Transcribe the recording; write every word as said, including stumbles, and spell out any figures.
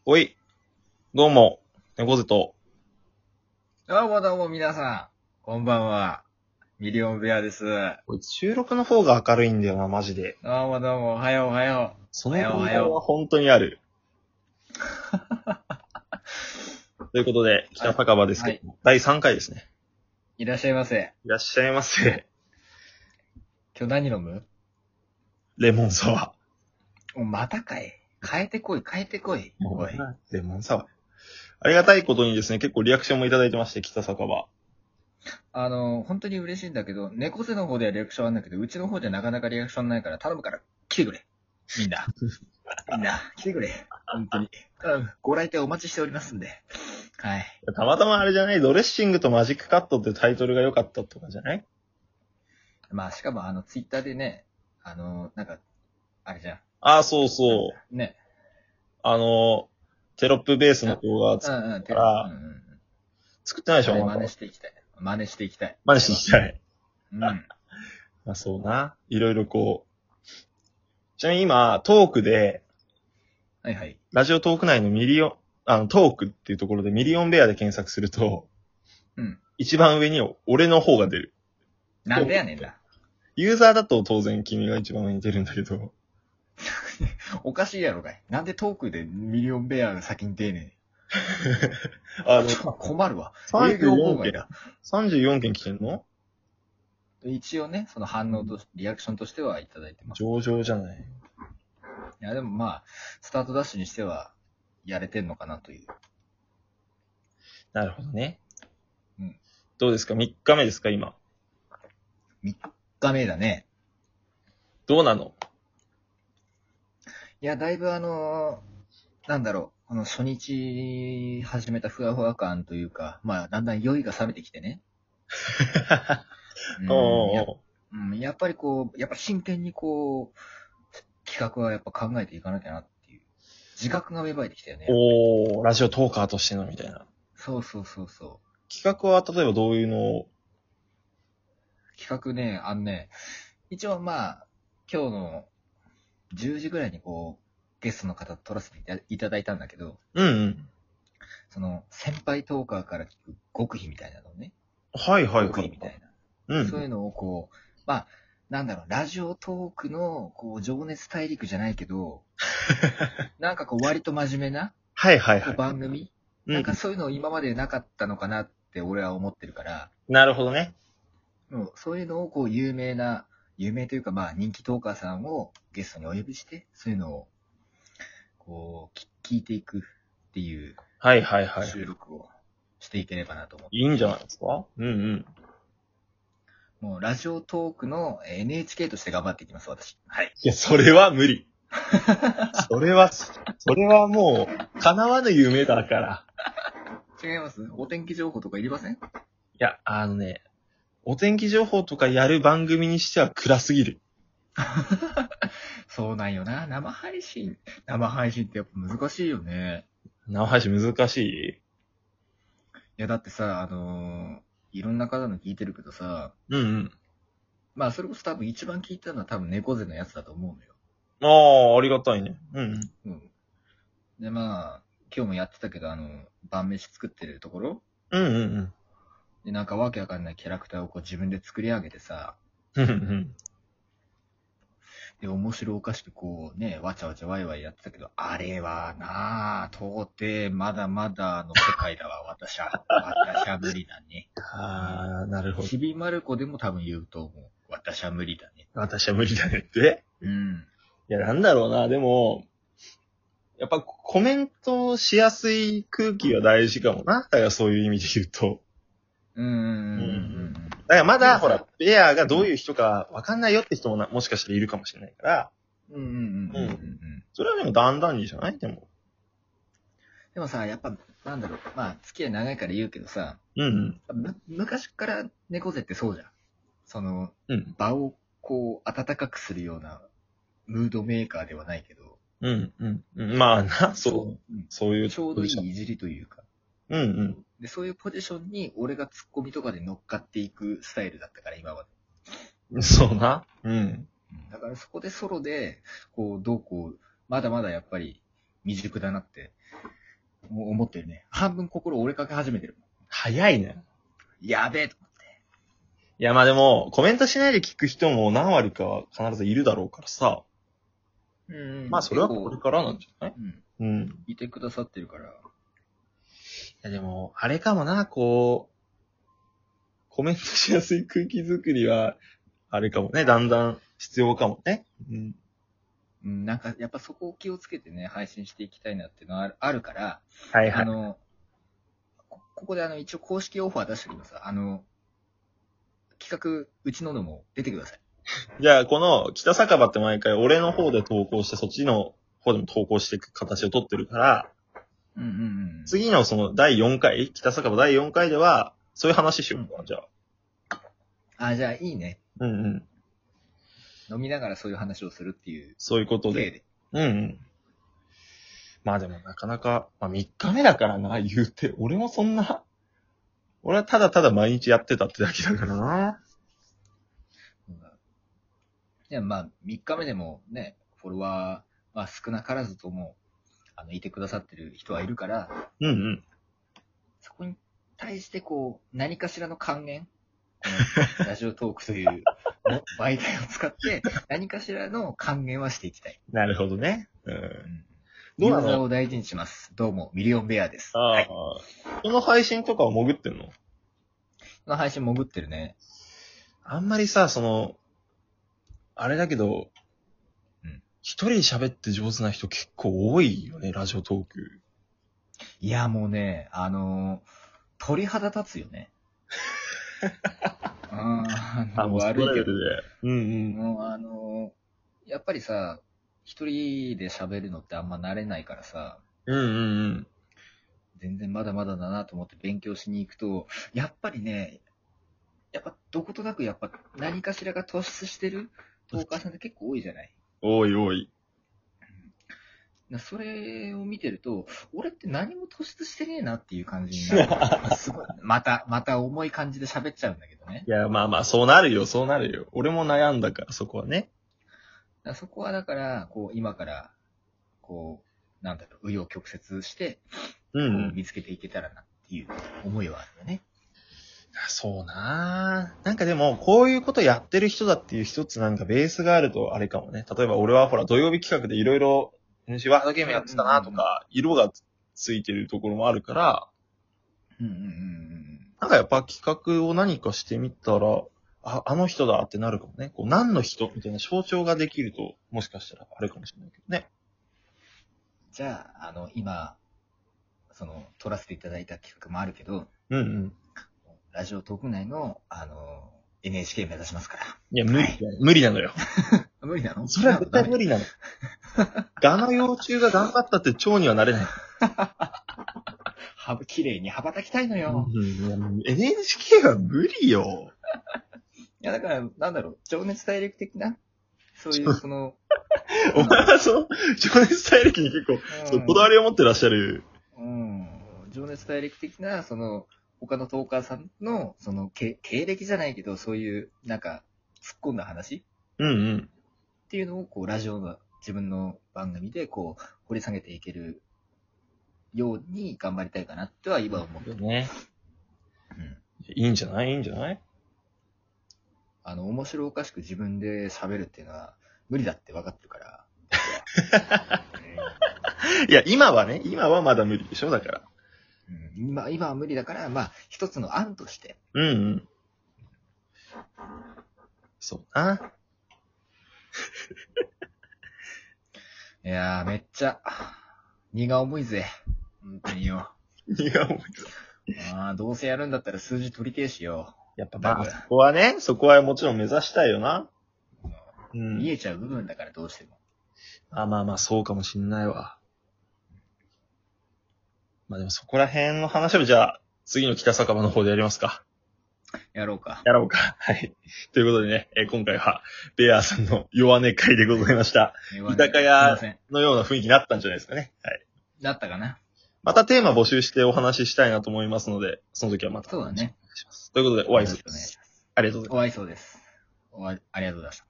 おい、どうも、猫背と。 どうもどうも皆さん、こんばんは。ミリオンベアです。どこいつ収録の方が明るいんだよな、マジで。 うもどうも、おはようおはよう。 その問おはよう題は本当にある。ということで、北酒場ですけど、 はいだいさんかいですね。 いらっしゃいませ。 いらっしゃいませ。 今日何飲む？ レモンサワおまたかい。変えてこい、変えてこい。 ー。 おい。 レモンサワー。ありがたいことにですね、結構リアクションもいただいてまして、北酒場。 あの、本当に嬉しいんだけど、猫背の方ではリアクションあるんだけど、うちの方でなかなかリアクションないから頼むから来てくれ。みんな。みんな、来てくれ。本当に。うん、ご来店お待ちしておりますんで。はい。 たまたまあれじゃない、ドレッシングとマジックカットってタイトルが良かったとかじゃない？ まあ、しかもあの、ツイッターでね、あの、なんか、あれじゃん。 ああ、そうそう。 ね。 あの、テロップベースの動画を作っうんうん、てたからうんうんうん。 作ってないでしょ、 あれまだ真似していきたい。真似していきたい。 真似していきたい。 うん。 まあそうな。いろいろこう。ちなみに今、トークで、 はいはい。 ラジオトーク内のミリオン、あの、トークっていうところでミリオンベアで検索すると、 うん。 一番上に俺の方が出る。 なんでやねんな。 ユーザーだと当然君が一番上に出るんだけど、 おかしいやろかい。なんでトークでミリオンベアが先に出ねあえ。ちょ困るわ。 の、 営業妨 34件、 害だ。 さんじゅうよんけん来てんの？ 一応ね、その反応と、リアクションとしてはいただいてます。い上々じゃない。 や、でもまあ、スタートダッシュにしては、やれてんのかなという。 なるほどね。 うんどうですか ?みっ 日目ですか今。 みっかめだね。 どうなの？ いや、だいぶあのーなんだろう、この初日始めたふわふわ感というか、まあ、だんだん酔いが冷めてきてね。うんやおうおううん、やっぱりこう、やっぱ真剣にこう、企画はやっぱ考えていかなきゃなっていう、自覚が芽生えてきたよね。 おー、ラジオトーカーとしてのみたいな。 そうそうそうそ企画は例えばどういうのを？ う。企画ね、あのね、一応まあ、今日のじゅうじぐらいにこう、ゲストの方と撮らせていたいただいたんだけど、 うんうん。 その、先輩トーカーから聞く極秘みたいなのね。 はいはいはい極秘み。たいな。 うん。 そういうのをこう、まあ、なんだろう、ラジオトークの、こう、情熱大陸じゃないけど、なんかこう、割と真面目な、こうはいはいはい。 番組、 うんなんかそういうの今までなかったのかなって俺は思ってるから、 なるほどね。 もうそういうのをこう、有名な、有名というかまあ、人気トーカーさんをゲストにお呼びして、そういうのを、こう、き聞いていくっていうはいはいはい。 収録をしていければなと思って。 いいんじゃないですか？うんうん。 もう、ラジオトークの エヌエイチケー として頑張っていきます、私。はい。 いや、それは無理。それは、それはもう、叶わぬ夢だから。 違います？お天気情報とかいりません？ いや、あのね、お天気情報とかやる番組にしては暗すぎる。 そうなんよな。生配信。生配信ってやっぱ難しいよね。 生配信難しい。 いや、だってさ、あのーいろんな方の聞いてるけどさ、 うんうん。 まあ、それこそ多分一番聞いたのは多分猫背のやつだと思うのよ。 ああ、ありがたいね。うんうん。で、まあ、今日もやってたけど、あの、晩飯作ってるところうん。うんうんで、なんかわけわかんないキャラクターをこう自分で作り上げてさ、 うん。うんうんで、面白おかしくこうね、わちゃわちゃワイワイやってたけど、あれはなあ、到底まだまだの世界だわ、私は。私は無理だね。 ああ、なるほど。 ちびまる子でも多分言うと思う。私は無理だね。 私は無理だねって。 うん。 いや、なんだろうな、でも、やっぱコメントしやすい空気が大事かもな。だからそういう意味で言うと。 うんうんうんうんだからまだ、ほでもさら、ベアがどういう人かわかんないよって人もな、もしかしたらいるかもしれないから、 うん。うんうんうんうんうんうん。 それはでもだんだんにじゃないでも。 でもさ、やっぱ、なんだろう。まあ、付き合い長いから言うけどさ、 うんむ昔から猫背ってそうじゃん。その、 うん。うん。 場をこう、温かくするような、ムードメーカーではないけど、 うんうんうん。まあな、 ちょそう。 ううんそういうちょうどいポジション。 いいじりというか。 うんで、そういうポジションに俺がツッコミとかで乗っかっていくスタイルだったから、今まで。 うん。そうな。うん。 うんだからそこでソロで、こう、どうこう、まだまだやっぱり、 未熟だなって、もう思ってるね。半分心折れかけ始めてる。 早いね。 やべえと思って。 いや、まあでも、コメントしないで聞く人も何割かは必ずいるだろうからさ。 うん、 まあそれはこれからなんじゃない？ うん。 うん。 いてくださってるから。 いやでも、あれかもな、こう、コメントしやすい空気づくりは、あれかもね、だんだん必要かもね。うん。 うん、なんか、やっぱそこを気をつけてね、配信していきたいなっていうのはあるあるから、 はいはい。 あの、こここであの、一応公式オファー出しておきます。あの、企画、うちののも出てください。 じゃあ、この、北酒場って毎回俺の方で投稿して、そっちの方でも投稿していく形を取ってるから、 うんうんうん。 次のそのだいよんかい、北酒場だいよんかいでは、そういう話しようか、 うんじゃあ。 あ、じゃあいいね。 うんうん。 飲みながらそういう話をするっていうそういうことで。 体で。 うんうん。まあでもなかなか、まあみっかめだからな、言うて。俺もそんな、俺はただただ毎日やってたってだけだからな。 いや、まあ、みっかめでもね、フォロワー、まあ少なからずとも、あの、いてくださってる人はいるから、 うんうん。 そこに対してこう、何かしらの還元、このラジオトークというの媒体を使って、何かしらの還元はしていきたい。 なるほどね。うん。 うん、 どうなのユーザーを大事にします。どうも、ミリオンベアです。 ああ、 はい。 この配信とかは潜ってんの？ この配信潜ってるね。 あんまりさ、その、あれだけど、 うん。 一人で喋って上手な人結構多いよね、ラジオトーク。 いや、もうね、あのー、鳥肌立つよね。ああ、もう悪いけど。 うんうん。 もうあのー、やっぱりさ、一人で喋るのってあんま慣れないからさ、 うんうんうん。 全然まだまだだなと思って勉強しに行くと、やっぱりね、やっぱどことなくやっぱ何かしらが突出してるトーカーさんって結構多いじゃない。 多い多い。 それを見てると、俺って何も突出してねえなっていう感じになる。すごい。また、また重い感じで喋っちゃうんだけどね。 いや、まあまあ、そうなるよ、そうなるよ。俺も悩んだから、そこはね。 だそこはだから、こう、今から、こう、なんだろう、紆余曲折して、 うん、う。 こうん見つけていけたらなっていう思いはあるよね。 そうなぁ。なんかでも、こういうことやってる人だっていう一つなんかベースがあるとあれかもね。例えば俺はほら土曜日企画でいろいろ エヌシー ワードゲームやってたなとか、色がついてるところもあるから、 うんうんうんうん。 なんかやっぱ企画を何かしてみたら、あ、あの人だってなるかもね。こう何の人みたいな象徴ができると、もしかしたらあれかもしれないけどね。 じゃあ、あの、今、その、撮らせていただいた企画もあるけど、 うんうん。 ラジオトーク内の、あの、エヌエイチケー 目指しますから。 いや、無理、 はい無理なのよ。 無理なの？ それは絶対無理なの。ガの幼虫が頑張ったって蝶にはなれない。 はぶ、綺麗に羽ばたきたいのよ。 うん、いや エヌエイチケー は無理よ。 いや、だから、なんだろう、情熱大陸的な、そういう、その、 お前はその、情熱大陸に結構、そうこだわりを持ってらっしゃる。 うん。情熱大陸的な、その、他のトーカーさんの、その、け経歴じゃないけど、そういう、なんか、突っ込んだ話うんうん。 っていうのを、こう、ラジオの、自分の番組で、こう、掘り下げていけるように頑張りたいかなっては今思ってる。 ね。 うん。 いいんじゃないいいんじゃないあの、面白おかしく自分で喋るっていうのは、無理だって分かってるから。 いや、今はね、今はまだ無理でしょだから。 うん、今、今は無理だから、まあ、一つの案として。 うんうん。そうな。 いやー、めっちゃ、荷が重いぜ。本当によ。 荷が重いぞ。 ああ、どうせやるんだったら数字取りてえしよ。 やっぱまあ、そこはね、そこはもちろん目指したいよな。うん。 見えちゃう部分だからどうしても。 あまあまあ、そうかもしんないわ。まあでもそこら辺の話をじゃあ、次の北酒場の方でやりますか。 やろうか。 やろうか。はい。ということでね、えー今回は、ベアーさんの弱音会でございました。居酒屋のような雰囲気になったんじゃないですかね。はい。 だったかな。 またテーマ募集してお話ししたいなと思いますので、その時はまた。 そうだね。 ということで、お会いする。 よろしくお願いします。 ありがとうございます。 お会いそうです。お会い、ありがとうございました。